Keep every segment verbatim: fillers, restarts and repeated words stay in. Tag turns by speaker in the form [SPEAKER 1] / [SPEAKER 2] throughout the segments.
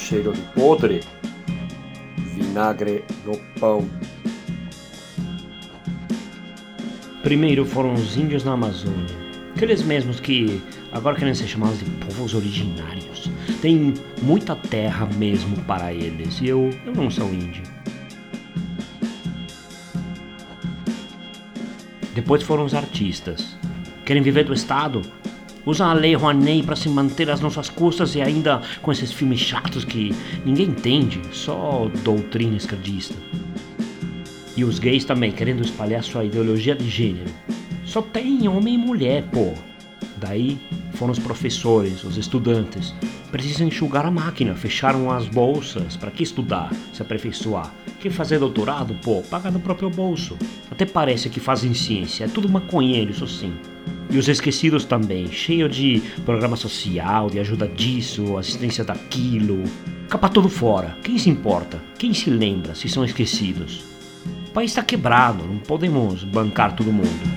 [SPEAKER 1] cheiro de podre, vinagre no pão.
[SPEAKER 2] Primeiro foram os índios na Amazônia, aqueles mesmos que agora querem ser chamados de povos originários. Tem muita terra mesmo para eles, e eu, eu não sou índio. Depois foram os artistas. Querem viver do Estado? Usam a lei Rouanet para se manter às nossas custas e ainda com esses filmes chatos que ninguém entende, só doutrina esquerdista. E os gays também, querendo espalhar sua ideologia de gênero. Só tem homem e mulher, pô. Daí foram os professores, os estudantes. Precisam enxugar a máquina, fecharam as bolsas. Para que estudar, se aperfeiçoar? Quem fazer doutorado, pô, paga do próprio bolso. Até parece que fazem ciência, é tudo maconheiro, isso sim. E os esquecidos também, cheio de programa social, de ajuda disso, assistência daquilo. Capa tudo fora, quem se importa? Quem se lembra se são esquecidos? O país está quebrado, não podemos bancar todo mundo.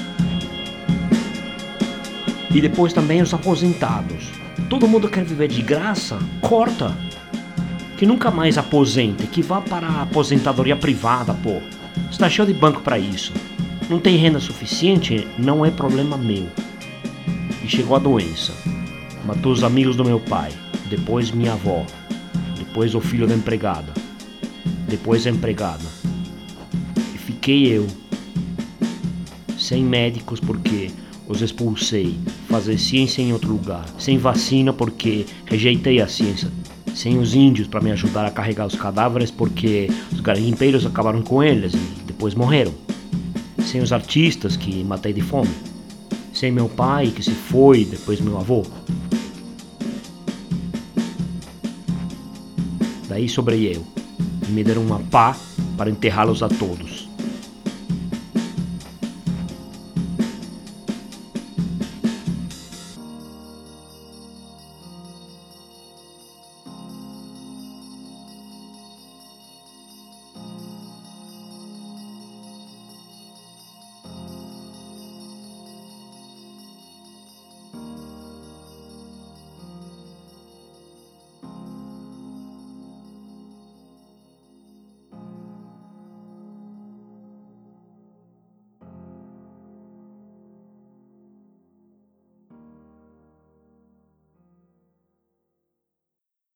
[SPEAKER 2] E depois também os aposentados. Todo mundo quer viver de graça? Corta! Que nunca mais aposente, que vá para a aposentadoria privada, pô. Está cheio de banco para isso. Não tem renda suficiente? Não é problema meu. E chegou a doença. Matou os amigos do meu pai. Depois minha avó. Depois o filho da empregada. Depois a empregada. E fiquei eu. Sem médicos porque os expulsei. Fazer ciência em outro lugar. Sem vacina porque rejeitei a ciência. Sem os índios para me ajudar a carregar os cadáveres porque os garimpeiros acabaram com eles e depois morreram. Sem os artistas que matei de fome. Sem meu pai que se foi, depois meu avô. Daí sobrei eu. E me deram uma pá para enterrá-los a todos.